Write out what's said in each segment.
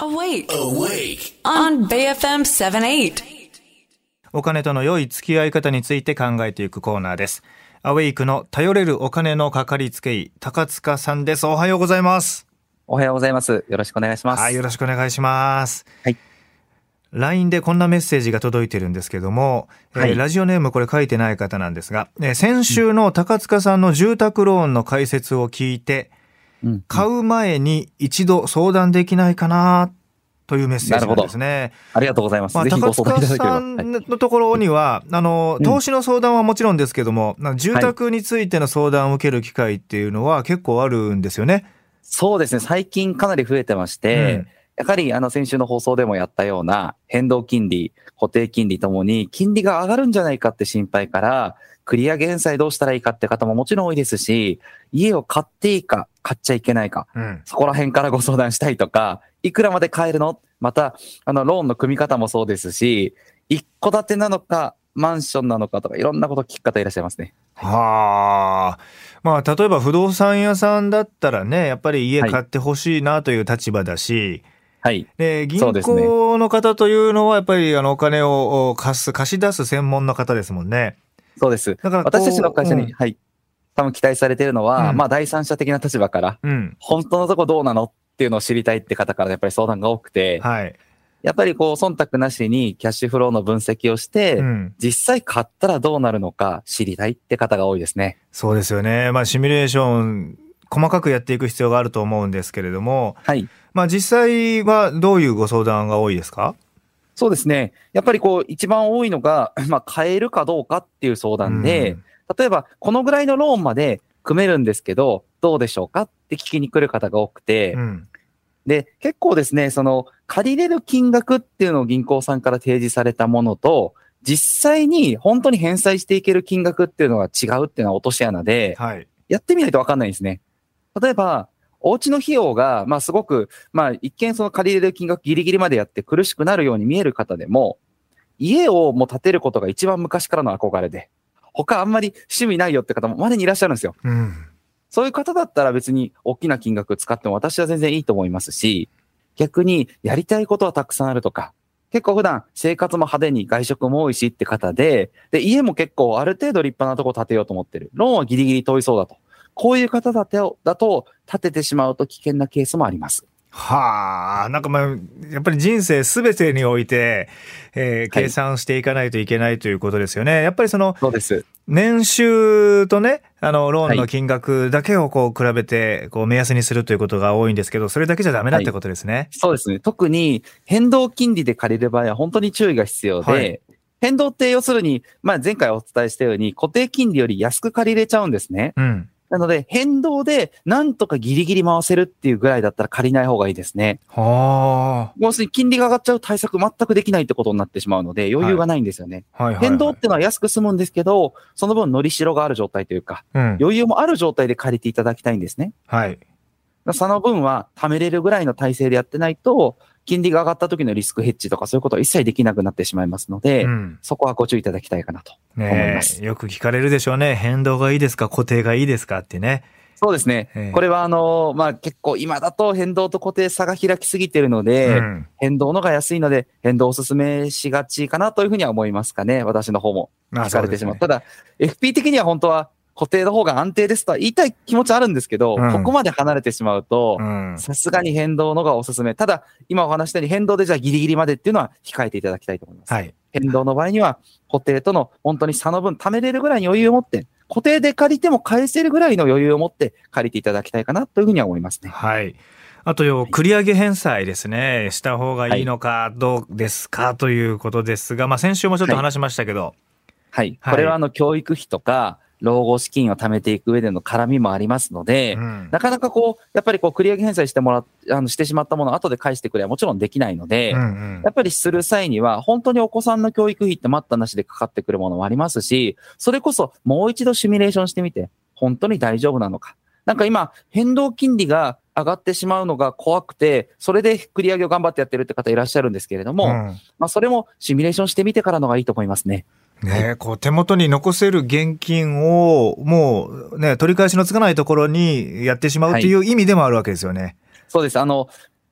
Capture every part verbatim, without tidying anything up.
Awake. Awake. On ベイエフエムセブンティーエイト。 お金との良い付き合い方について考えていくコーナーです。アウェイクの頼れるお金のかかりつけ医、高塚さんです。おはようございます。 おはようございます。よろしくお願いします。 はい、よろしくお願いします。 はい。 ライン でこんなメッセージが届いてるんですけども、はい、えー、ラジオネームこれ書いてない方なんですが、えー、先週の高塚さんの住宅ローンの解説を聞いて、うん、買う前に一度相談できないかなというメッセージなんですね。 ありがとうございます。 まあ、 ぜひご相談いただければ。高塚さんのところには、はい、あの投資の相談はもちろんですけども、うん、住宅についての相談を受ける機会っていうのは結構あるんですよね。はい、 そうですね。最近かなり増えてまして、うん、やはりあの先週の放送でもやったような変動金利、固定金利ともに金利が上がるんじゃないかって心配から、繰り上げ返済どうしたらいいかって方ももちろん多いですし、家を買っていいか買っちゃいけないか、うん、そこら辺からご相談したいとか、いくらまで買えるの、またあのローンの組み方もそうですし、一戸建てなのかマンションなのかとか、いろんなこと聞く方いらっしゃいますね。 はあ、まあ例えば不動産屋さんだったらね、やっぱり家買ってほしいなという立場だし、はい、で銀行の方というのはやっぱりあのお金を貸す貸し出す専門の方ですもんね。 そうです。だから私たちの会社に、うん、はい、多分期待されているのは、うん、まあ第三者的な立場から、うん、本当のとこどうなのっていうのを知りたいって方からやっぱり相談が多くて、はい、やっぱりこう忖度なしにキャッシュフローの分析をして、うん、実際買ったらどうなるのか知りたいって方が多いですね。 そうですよね。まあシミュレーション細かくやっていく必要があると思うんですけれども、はい、まあ実際はどういうご相談が多いですか？ そうですね。やっぱりこう一番多いのが、まあ買えるかどうかっていう相談で、うん、例えばこのぐらいのローンまで組めるんですけどどうでしょうかって聞きに来る方が多くて、うん、で結構ですね、その借りれる金額っていうのを銀行さんから提示されたものと、実際に本当に返済していける金額っていうのが違うっていうのは落とし穴で、はい、やってみないと分かんないんですね。例えばお家の費用が、まあすごく、まあ一見その借りれる金額ギリギリまでやって苦しくなるように見える方でも、家をもう建てることが一番昔からの憧れで、他あんまり趣味ないよって方も稀にいらっしゃるんですよ。うん、そういう方だったら別に大きな金額使っても私は全然いいと思いますし、逆にやりたいことはたくさんあるとか、結構普段生活も派手に外食も多いしって方で、で、家も結構ある程度立派なとこ建てようと思ってる。ローンはギリギリ遠いそうだと。こういう方だと、だと建ててしまうと危険なケースもあります。 はあ、なんかまあ、やっぱり人生すべてにおいて、えー、計算していかないといけないということですよね。はい、やっぱりその、 そうです。 年収とね、あの、ローンの金額だけをこう比べて、こう目安にするということが多いんですけど、それだけじゃダメだってことですね。はい、 そうですね。特に変動金利で借りる場合は本当に注意が必要で、はい、変動って要するに、まあ前回お伝えしたように固定金利より安く借りれちゃうんですね。うん。なので、変動でなんとかギリギリ回せるっていうぐらいだったら借りない方がいいですね。はあ。要するに金利が上がっちゃう対策全くできないってことになってしまうので、余裕がないんですよね。はいはいはいはい、変動っていうのは安く済むんですけど、その分のりしろがある状態というか、うん、余裕もある状態で借りていただきたいんですね。はい。その分は貯めれるぐらいの体制でやってないと、金利が上がった時のリスクヘッジとかそういうことは一切できなくなってしまいますので、うん、そこはご注意いただきたいかなと思います。 ね、よく聞かれるでしょうね。変動がいいですか、固定がいいですかってね。 そうですね。えー、これはあの、まあ、結構今だと変動と固定差が開きすぎてるので、うん、変動のが安いので変動をお勧めしがちかなというふうには思いますかね。私の方も聞かれてしまう。まあ、そうですね。ただ エフピー 的には本当は固定の方が安定ですとは言いたい気持ちあるんですけど、うん、ここまで離れてしまうと、さすがに変動のがおすすめ。ただ、今お話したように変動でじゃあギリギリまでっていうのは控えていただきたいと思います。はい、変動の場合には固定との本当に差の分貯めれるぐらいに余裕を持って、固定で借りても返せるぐらいの余裕を持って借りていただきたいかなというふうには思いますね。 はい。あとよ、繰り上げ返済ですね。した方がいいのかどうですかということですが、まあ先週もちょっと話しましたけど。 はい。はいはい、これはあの教育費とか、老後資金を貯めていく上での絡みもありますので、うん、なかなかこう、やっぱりこう繰り上げ返済してもらっ、あの、してしまったものを後で返してくれはもちろんできないので、うんうん、やっぱりする際には、本当にお子さんの教育費って待ったなしでかかってくるものもありますし、それこそもう一度シミュレーションしてみて、本当に大丈夫なのか。なんか今、変動金利が上がってしまうのが怖くて、それで繰り上げを頑張ってやってるって方いらっしゃるんですけれども、うん、まあそれもシミュレーションしてみてからのがいいと思いますね。 ね、こう手元に残せる現金をもうね、取り返しのつかないところにやってしまうという意味でもあるわけですよね。はい、 そうです。あの、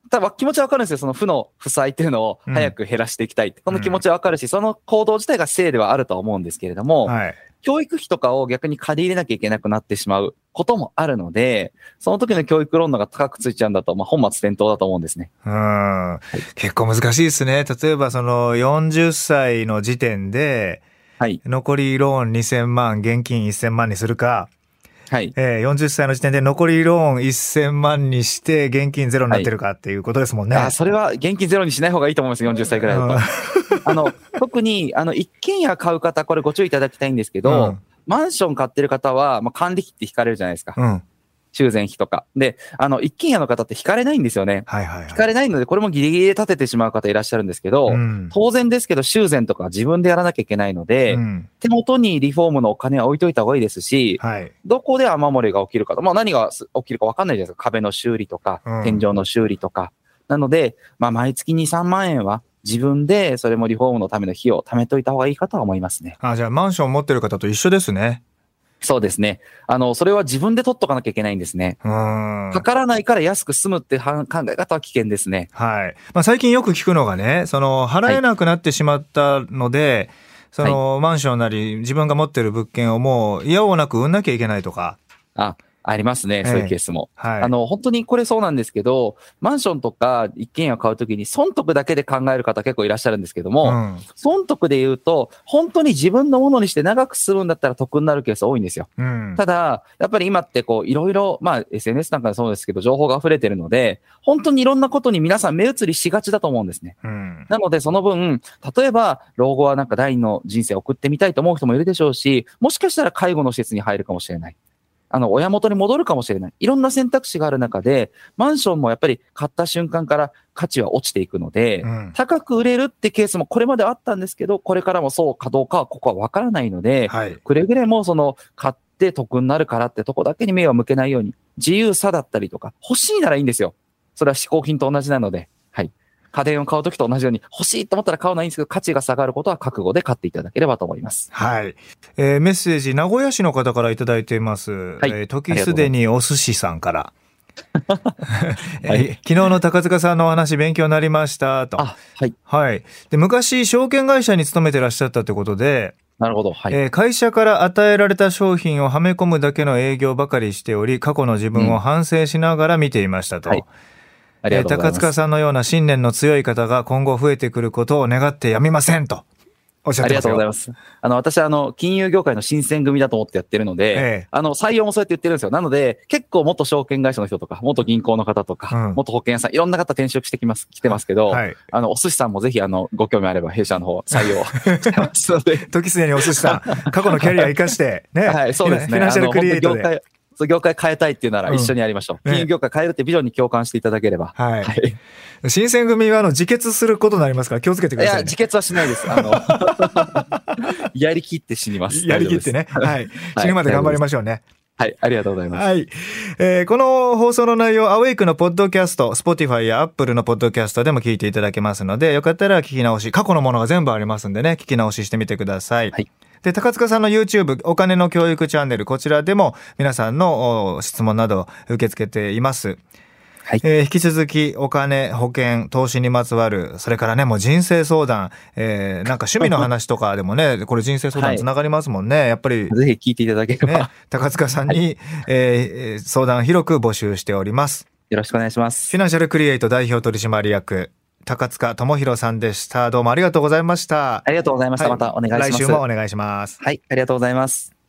多分気持ちはわかるんですよ。その負の負債っていうのを早く減らしていきたいって。うん、その気持ちはわかるし、その行動自体が正ではあるとは思うんですけれども、はい、教育費とかを逆に借り入れなきゃいけなくなってしまうこともあるので、その時の教育ローンが高くついちゃうんだと、まあ、本末転倒だと思うんですね。 うん、はい、結構難しいですね。例えばそのよんじゅっさいの時点で、はい、残りローンにせんまん、現金せんまんにするか、はいえー、よんじゅっさいの時点で残りローンせんまんにして現金ゼロになってるかっていうことですもんね。 はい、あそれは現金ゼロにしない方がいいと思います。よんじゅっさいくらいだと。うん、あの特にあの一軒家買う方、これご注意いただきたいんですけど、うん、マンション買ってる方は、まあ、管理費って引かれるじゃないですか。うん修繕費とか。で、あの、一軒家の方って引かれないんですよね。はいはいはい。引かれないので、これもギリギリで建ててしまう方いらっしゃるんですけど、うん、当然ですけど、修繕とか自分でやらなきゃいけないので、うん、手元にリフォームのお金は置いといた方がいいですし、はい、どこで雨漏りが起きるかと、まあ何が起きるか分かんないじゃないですか。壁の修理とか、うん、天井の修理とか。なので、まあ毎月に、さんまんえんは自分でそれもリフォームのための費用を貯めといた方がいいかとは思いますね。 あ、じゃあマンション持ってる方と一緒ですね。 そうですね。あの、それは自分で取っとかなきゃいけないんですね。うん。かからないから安く済むって考え方は危険ですね。 はい。まあ最近よく聞くのがね、その、払えなくなってしまったので、はい、その、マンションなり自分が持ってる物件をもう嫌をなく売んなきゃいけないとか。 あ、ありますね。そういうケースも。えーはい、あの、本当にこれそうなんですけど、マンションとか一軒家を買うときに損得だけで考える方結構いらっしゃるんですけども、うん、損得で言うと、本当に自分のものにして長くするんだったら得になるケース多いんですよ。うん、ただ、やっぱり今ってこう、いろいろ、まあ エスエヌエス なんかでそうですけど、情報が溢れてるので、本当にいろんなことに皆さん目移りしがちだと思うんですね。うん、なので、その分、例えば、老後はなんか第二の人生を送ってみたいと思う人もいるでしょうし、もしかしたら介護の施設に入るかもしれない。あの、親元に戻るかもしれない。いろんな選択肢がある中で、マンションもやっぱり買った瞬間から価値は落ちていくので、うん、高く売れるってケースもこれまであったんですけど、これからもそうかどうかはここはわからないので、はい、くれぐれもその、買って得になるからってとこだけに目を向けないように、自由さだったりとか、欲しいならいいんですよ。それは嗜好品と同じなので、はい。家電を買うときと同じように欲しいと思ったら買うのはいいんですけど、価値が下がることは覚悟で買っていただければと思います。 はい。えー、メッセージ、名古屋市の方からいただいています。はい。えー、時すでにお寿司さんから。はい、昨日の高塚さんのお話勉強になりましたと。あ、はい。はい。で、昔、証券会社に勤めてらっしゃったということで、 なるほど。はい。 えー、会社から与えられた商品をはめ込むだけの営業ばかりしており、過去の自分を反省しながら見ていましたと。うんはいありがとうございます。高塚さんのような信念の強い方が今後増えてくることを願ってやみませんとおっしゃってますよ。 ありがとうございます。あの、私はあの、金融業界の新選組だと思ってやってるので、ええ、あの、採用もそうやって言ってるんですよ。なので、結構元証券会社の人とか、元銀行の方とか、うん、元保険屋さん、いろんな方転職してきます、来てますけど、はい、あの、お寿司さんもぜひあの、ご興味あれば弊社の方採用してますので。 時すでにお寿司さん、過去のキャリア生かして、ね。 はい、そうですね。 フィナンシャルクリエイトで。 業界変えたいっていうなら一緒にやりましょう。うんね、金融業界変えるってビジョンに共感していただければ。はい。はい、 新選組はあの自決することになりますから気をつけてください、ね。 いや、自決はしないです。あの、やりきって死にます。 やりきってね。はい。死ぬまで頑張りましょうね。 はい、ありがとうございます。 はい。えー、この放送の内容、アウェイクのポッドキャスト、Spotify や Apple のポッドキャストでも聞いていただけますので、よかったら聞き直し、過去のものが全部ありますんでね、聞き直ししてみてください。はい。で、高塚さんの YouTube、お金の教育チャンネル、こちらでも皆さんの質問など受け付けています。はい。えー、引き続きお金、保険、投資にまつわる、それからね、もう人生相談、えー、なんか趣味の話とかでもね、これ人生相談つながりますもんね。はい、やっぱり。 ぜひ聞いていただければ。ね、 高塚さんに、はい、えー、相談広く募集しております。 よろしくお願いします。 フィナンシャルクリエイト代表取締役、高塚智博さんでした。どうもありがとうございました。 ありがとうございました。はい、またお願いします。 来週もお願いします。 はい、ありがとうございます。